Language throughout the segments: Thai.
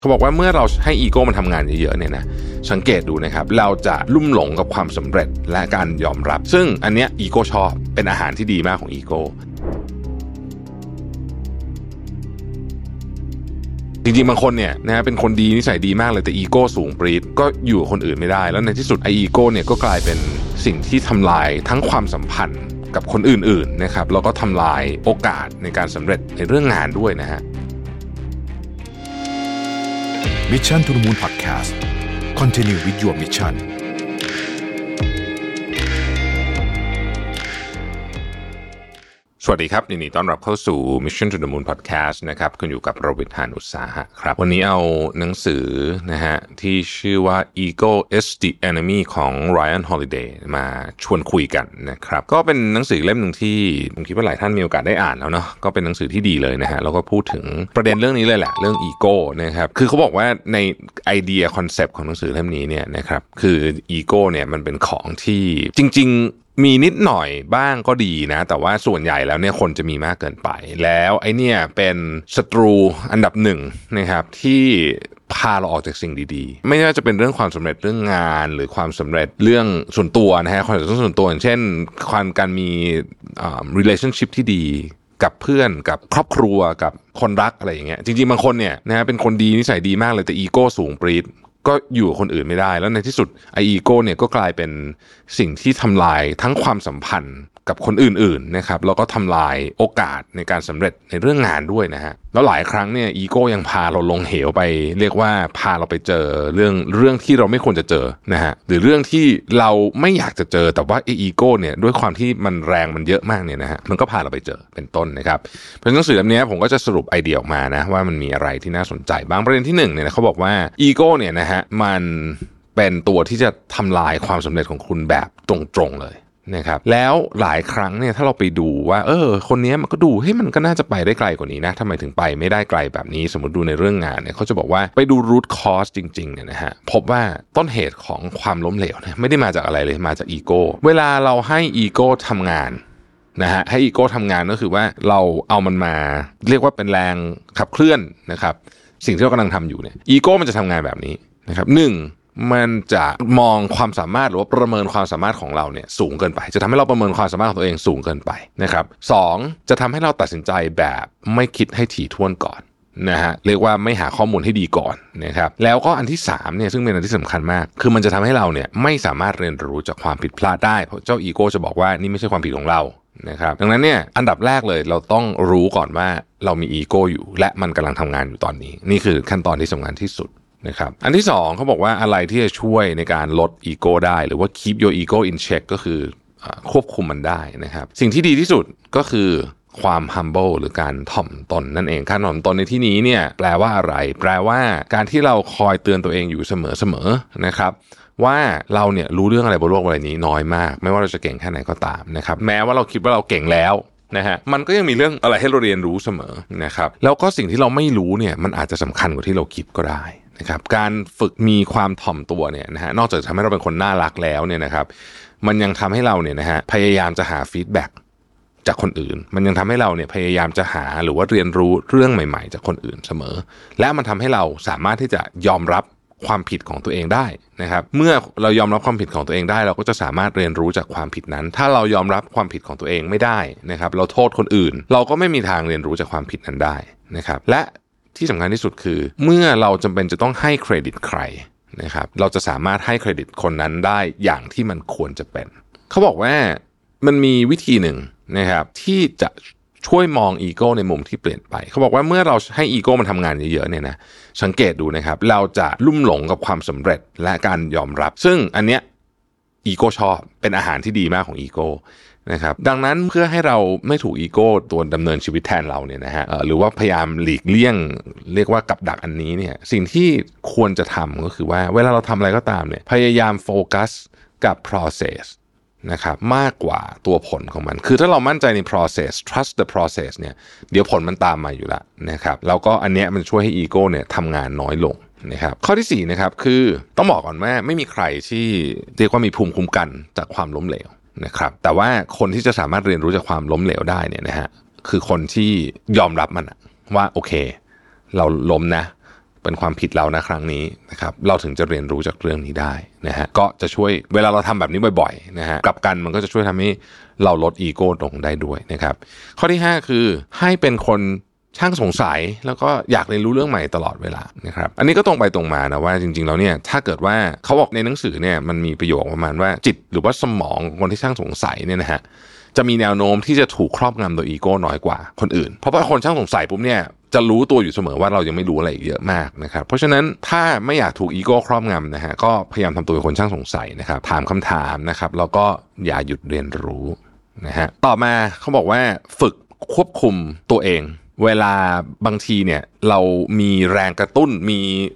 เขาบอกว่าเมื่อเราให้อีโก้มันทำงานเยอะๆเนี่ยนะสังเกตดูนะครับเราจะลุ่มหลงกับความสำเร็จและการยอมรับซึ่งอันเนี้ยอีโก้ชอบเป็นอาหารที่ดีมากของอีโก้จริงๆบางคนเนี่ยนะเป็นคนดีนิสัยดีมากเลยแต่อีโก้สูงปรี๊ดก็อยู่กับคนอื่นไม่ได้แล้วในที่สุดไออีโก้เนี่ยก็กลายเป็นสิ่งที่ทำลายทั้งความสัมพันธ์กับคนอื่นๆนะครับแล้วก็ทำลายโอกาสในการสำเร็จในเรื่องงานด้วยนะฮะ Mission to the Moon Podcast Continue with your mission สวัสดีครับยินดีต้อนรับเข้าสู่ Mission to the Moon Podcast นะครับคุณอยู่กับโรบิน หาญอุตสาหะครับวันนี้เอาหนังสือนะฮะที่ชื่อว่า Ego is the Enemy ของ Ryan Holiday มาชวนคุยกันนะครับก็เป็นหนังสือเล่มนึงที่ผมคิดว่าหลายท่านมีโอกาสได้อ่านแล้วเนาะก็เป็นหนังสือที่ดีเลยนะฮะแล้วก็พูดถึงประเด็นเรื่องนี้เลยแหละเรื่อง Ego นะครับคือเขาบอกว่าในไอเดียคอนเซปต์ของหนังสือเล่มนี้เนี่ยนะครับคือ Ego เนี่ยมันเป็นของที่จริงๆมีนิดหน่อยบ้างก็ดีนะแต่ว่าส่วนใหญ่แล้วเนี่ยคนจะมีมากเกินไปแล้วไอ้เนี่ยเป็นศัตรูอันดับหนึ่งนะครับที่พาเราออกจากสิ่งดีๆไม่ว่าจะเป็นเรื่องความสำเร็จเรื่องงานหรือความสำเร็จเรื่องส่วนตัวนะฮะความสำเร็จส่วนตัวอย่างเช่นการมีrelationship ที่ดีกับเพื่อนกับครอบครัวกับคนรักอะไรอย่างเงี้ยจริงๆบางคนเนี่ยนะฮะเป็นคนดีนิสัยดีมากเลยแต่อีโก้สูงปรี๊ดก็อยู่กับคนอื่นไม่ได้แล้วในที่สุดไออีโก้เนี่ยก็กลายเป็นสิ่งที่ทำลายทั้งความสัมพันธ์กับคนอื่นๆนะครับแล้วก็ทำลายโอกาสในการสำเร็จในเรื่องงานด้วยนะฮะแล้วหลายครั้งเนี่ยอีโก้ยังพาเราลงเหวไปเรียกว่าพาเราไปเจอเรื่องที่เราไม่ควรจะเจอนะฮะหรือเรื่องที่เราไม่อยากจะเจอแต่ว่าอีโก้เนี่ยด้วยความที่มันแรงมันเยอะมากเนี่ยนะฮะมันก็พาเราไปเจอเป็นต้นนะครับเป็นหนังสือเล่มนี้ผมก็จะสรุปไอเดียออกมานะว่ามันมีอะไรที่น่าสนใจบางประเด็นที่1เนี่ยเขาบอกว่าอีโก้เนี่ยนะฮะมันเป็นตัวที่จะทำลายความสำเร็จของคุณแบบตรงๆเลยนะครับแล้วหลายครั้งเนี่ยถ้าเราไปดูว่าคนนี้มันก็ดูมันก็น่าจะไปได้ไกลกว่านี้นะทำไมถึงไปไม่ได้ไกลแบบนี้สมมติดูในเรื่องงานเนี่ยเขาจะบอกว่าไปดู root cause จริงๆเนี่ยนะฮะพบว่าต้นเหตุของความล้มเหลวเนี่ยไม่ได้มาจากอะไรเลยมาจากอีโก้เวลาเราให้อีโก้ทำงานนะฮะให้อีโก้ทำงานก็คือว่าเราเอามันมาเรียกว่าเป็นแรงขับเคลื่อนนะครับสิ่งที่เรากำลังทำอยู่เนี่ยอีโก้มันจะทำงานแบบนี้นะครับมันจะมองความสามารถหรือว่าประเมินความสามารถของเราเนี่ยสูงเกินไปจะทำให้เราประเมินความสามารถของตัวเองสูงเกินไปนะครับ2จะทำให้เราตัดสินใจแบบไม่คิดให้ถี่ถ้วนก่อนนะฮะเรียกว่าไม่หาข้อมูลให้ดีก่อนนะครับแล้วก็อันที่3เนี่ยซึ่งเป็นอันที่สำคัญมากคือมันจะทำให้เราเนี่ยไม่สามารถเรียนรู้จากความผิดพลาดได้เพราะเจ้าอีโก้จะบอกว่านี่ไม่ใช่ความผิดของเรานะครับดังนั้นเนี่ยอันดับแรกเลยเราต้องรู้ก่อนว่าเรามีอีโก้อยู่และมันกำลังทำงานอยู่ตอนนี้นี่คือขั้นตอนที่สำคัญที่สุดนะครับอันที่2เขาบอกว่าอะไรที่จะช่วยในการลดอีโก้ได้หรือว่า keep your ego in check ก็คือควบคุมมันได้นะครับสิ่งที่ดีที่สุดก็คือความ humble หรือการถ่อมตนนั่นเองการถ่อมตนในที่นี้เนี่ยแปลว่าอะไรแปลว่าการที่เราคอยเตือนตัวเองอยู่เสมอๆนะครับว่าเราเนี่ยรู้เรื่องอะไรบนโลกใบนี้น้อยมากไม่ว่าเราจะเก่งแค่ไหนก็ตามนะครับแม้ว่าเราคิดว่าเราเก่งแล้วนะฮะมันก็ยังมีเรื่องอะไรให้เราเรียนรู้เสมอนะครับแล้วก็สิ่งที่เราไม่รู้เนี่ยมันอาจจะสำคัญกว่าที่เราคิดก็ได้นะครับการฝึกมีความถ่อมตัวเนี่ยนะฮะนอกจากทำให้เราเป็นคนน่ารักแล้วเนี่ยนะครับมันยังทำให้เราเนี่ยนะฮะพยายามจะหาฟีดแบ็กจากคนอื่นมันยังทำให้เราเนี่ยพยายามจะหาหรือว่าเรียนรู้เรื่องใหม่ๆจากคนอื่นเสมอและมันทำให้เราสามารถที่จะยอมรับความผิดของตัวเองได้นะครับเมื่อเรายอมรับความผิดของตัวเองได้เราก็จะสามารถเรียนรู้จากความผิดนั้นถ้าเรายอมรับความผิดของตัวเองไม่ได้นะครับเราโทษคนอื่นเราก็ไม่มีทางเรียนรู้จากความผิดนั้นได้นะครับและที่สำคัญที่สุดคือเมื่อเราจำเป็นจะต้องให้เครดิตใครนะครับเราจะสามารถให้เครดิตคนนั้นได้อย่างที่มันควรจะเป็นเขาบอกว่ามันมีวิธีหนึ่งนะครับที่จะช่วยมองอีโก้ในมุมที่เปลี่ยนไปเขาบอกว่าเมื่อเราให้อีโก้มันทำงานเยอะๆเนี่ยนะสังเกตดูนะครับเราจะลุ่มหลงกับความสำเร็จและการยอมรับซึ่งอันเนี้ยอีโก้ชอบเป็นอาหารที่ดีมากของอีโก้นะครับดังนั้นเพื่อให้เราไม่ถูกอีโก้ตัวดำเนินชีวิตแทนเราเนี่ยนะฮะหรือว่าพยายามหลีกเลี่ยงเรียกว่ากับดักอันนี้เนี่ยสิ่งที่ควรจะทำก็คือว่าเวลาเราทำอะไรก็ตามเนี่ยพยายามโฟกัสกับ process นะครับมากกว่าตัวผลของมันคือถ้าเรามั่นใจใน process trust the process เนี่ยเดี๋ยวผลมันตามมาอยู่แล้วนะครับแล้วก็อันเนี้ยมันช่วยให้อีโก้เนี่ยทำงานน้อยลงนะครับข้อที่4นะครับคือต้องบอกก่อนว่าไม่มีใครที่เรียกว่ามีภูมิคุ้มกันจากความล้มเหลวนะครับแต่ว่าคนที่จะสามารถเรียนรู้จากความล้มเหลวได้เนี่ยนะฮะคือคนที่ยอมรับมันว่าโอเคเราล้มนะเป็นความผิดเรานะครั้งนี้นะครับเราถึงจะเรียนรู้จากเรื่องนี้ได้นะฮะก็จะช่วยเวลาเราทำแบบนี้บ่อยๆนะฮะกลับกันมันก็จะช่วยทำให้เราลดอีโก้ลงได้ด้วยนะครับข้อที่5คือให้เป็นคนช่างสงสัยแล้วก็อยากเรียนรู้เรื่องใหม่ตลอดเวลานะครับอันนี้ก็ตรงไปตรงมานะว่าจริงๆแล้วเนี่ยถ้าเกิดว่าเขาบอกในหนังสือเนี่ยมันมีประโยคประมาณว่าจิตหรือว่าสมองคนที่ช่างสงสัยเนี่ยนะฮะจะมีแนวโน้มที่จะถูกครอบงำโดยอีโก้น้อยกว่าคนอื่นเพราะว่าคนช่างสงสัยปุ๊บเนี่ยจะรู้ตัวอยู่เสมอว่าเรายังไม่รู้อะไรอีกเยอะมากนะครับเพราะฉะนั้นถ้าไม่อยากถูกอีโก้ครอบงำนะฮะก็พยายามทำตัวเป็นคนช่างสงสัยนะครับถามคำถามนะครับแล้วก็อย่าหยุดเรียนรู้นะฮะต่อมาเขาบอกว่าฝึกควบคุมตัวเองเวลาบางทีเนี่ยเรามีแรงกระตุ้นมี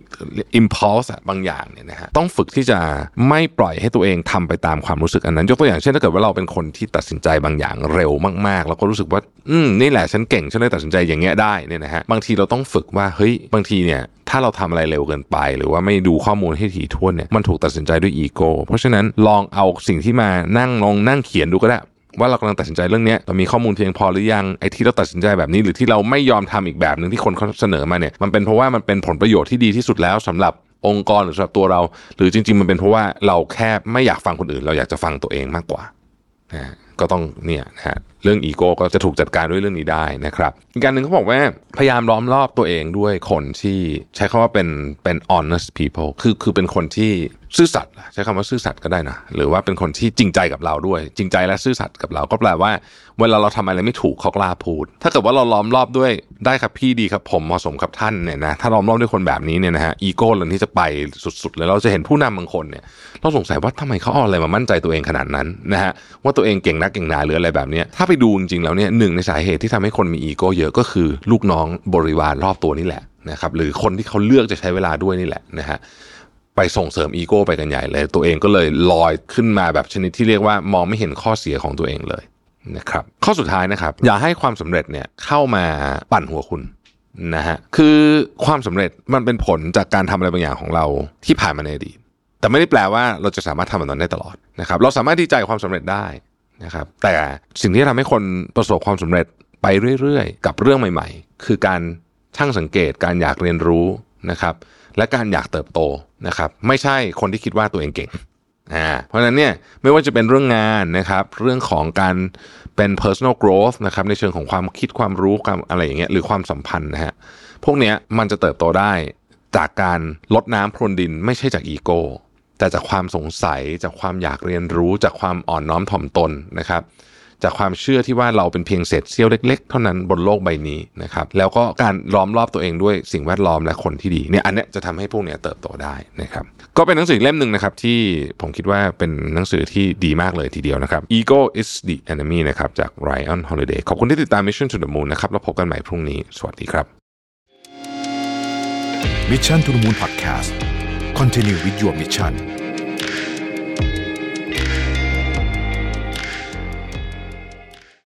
impulse บางอย่างเนี่ยนะฮะต้องฝึกที่จะไม่ปล่อยให้ตัวเองทำไปตามความรู้สึกอันนั้นยกตัวอย่างเช่นถ้าเกิดว่าเราเป็นคนที่ตัดสินใจบางอย่างเร็วมากๆแล้วก็รู้สึกว่านี่แหละฉันเก่งฉันเลยตัดสินใจอย่างเงี้ยได้เนี่ยนะฮะบางทีเราต้องฝึกว่าเฮ้ยบางทีเนี่ยถ้าเราทำอะไรเร็วเกินไปหรือว่าไม่ดูข้อมูลให้ถี่ถ้วนเนี่ยมันถูกตัดสินใจด้วยอีโก้เพราะฉะนั้นลองเอาสิ่งที่มานั่งเขียนดูก็ได้ว่าเรากำลังตัดสินใจเรื่องนี้เรามีข้อมูลเพียงพอหรือยังไอ้ที่เราตัดสินใจแบบนี้หรือที่เราไม่ยอมทำอีกแบบนึงที่คนเขาเสนอมาเนี่ยมันเป็นเพราะว่ามันเป็นผลประโยชน์ที่ดีที่สุดแล้วสำหรับองค์กรหรือสำหรับตัวเราหรือจริงๆมันเป็นเพราะว่าเราแค่ไม่อยากฟังคนอื่นเราอยากจะฟังตัวเองมากกว่าก็ต้องเนี่ยนะฮะเรื่องอีโก้ก็จะถูกจัดการด้วยเรื่องนี้ได้นะครับอีกการหนึ่งเขาบอกว่าพยายามล้อมรอบตัวเองด้วยคนที่ใช้คำว่าเป็น honest people คือเป็นคนที่ซื่อสัตย์ใช้คำว่าซื่อสัตย์ก็ได้นะหรือว่าเป็นคนที่จริงใจกับเราด้วยจริงใจและซื่อสัตย์กับเราก็แปลว่าเวลาเราทำอะไรไม่ถูกเขากล้าพูดถ้าเกิดว่าเราล้อมรอบด้วยได้ครับพี่ดีครับผมเหมาะสมครับท่านเนี่ยนะถ้าล้อมรอบด้วยคนแบบนี้เนี่ยนะฮะอีโก้เราที่จะไปสุดๆเลยเราจะเห็นผู้นำบางคนเนี่ยเราสงสัยว่าทำไมเขาเอาอะไรมามั่นใจตัวเองขนาดนั้นนะฮะว่าตัวเองเก่งนักเก่งหนาหรืออะไรแบบนี้ถ้าไปดูจริงๆแล้วเนี่ยหนึ่งในสาเหตุที่ทำให้คนมีอีโก้เยอะก็คือลูกน้องบริวารรอบตัวนี่แหละนะครับหรือคนที่เขาเลือกจะใช้เวลาด้วยนี่แหละนะฮะไปส่งเสริมอีโก้ไปกันใหญ่เลยตัวเองก็เลยลอยขึ้นมาแบบชนิดที่เรียกว่ามองไม่เห็นข้อเสียของตัวเองเลยนะครับข้อสุดท้ายนะครับอย่าให้ความสำเร็จเนี่ยเข้ามาปั่นหัวคุณนะฮะคือความสำเร็จมันเป็นผลจากการทำอะไรบางอย่างของเราที่ผ่านมาในอดีตแต่ไม่ได้แปลว่าเราจะสามารถทำแบบนั้นได้ตลอดนะครับเราสามารถดีใจกับความสำเร็จได้นะครับแต่สิ่งที่ทำให้คนประสบความสำเร็จไปเรื่อยๆกับเรื่องใหม่ๆคือการช่างสังเกตการอยากเรียนรู้นะครับและการอยากเติบโตนะครับไม่ใช่คนที่คิดว่าตัวเองเก่งเพราะฉะนั้นเนี่ยไม่ว่าจะเป็นเรื่องงานนะครับเรื่องของการเป็น personal growth นะครับในเชิงของความคิดความรู้ความอะไรอย่างเงี้ยหรือความสัมพันธ์นะฮะพวกเนี้ยมันจะเติบโตได้จากการลดน้ำพรวนดินไม่ใช่จากอีโก้แต่จากความสงสัยจากความอยากเรียนรู้จากความอ่อนน้อมถ่อมตนนะครับจากความเชื่อที่ว่าเราเป็นเพียงเศษเสี้ยวเล็กๆเท่านั้นบนโลกใบนี้นะครับแล้วก็การล้อมรอบตัวเองด้วยสิ่งแวดล้อมและคนที่ดีเนี่ยอันเนี้ยจะทำให้พวกเนี้ยเติบโตได้นะครับก็เป็นหนังสือเล่มนึงนะครับที่ผมคิดว่าเป็นหนังสือที่ดีมากเลยทีเดียวนะครับ Ego is the enemy นะครับจาก Ryan Holiday ขอบคุณที่ติดตาม Mission to the Moon นะครับแล้วพบกันใหม่พรุ่งนี้สวัสดีครับ Mission to the Moon Podcast Continue with your mission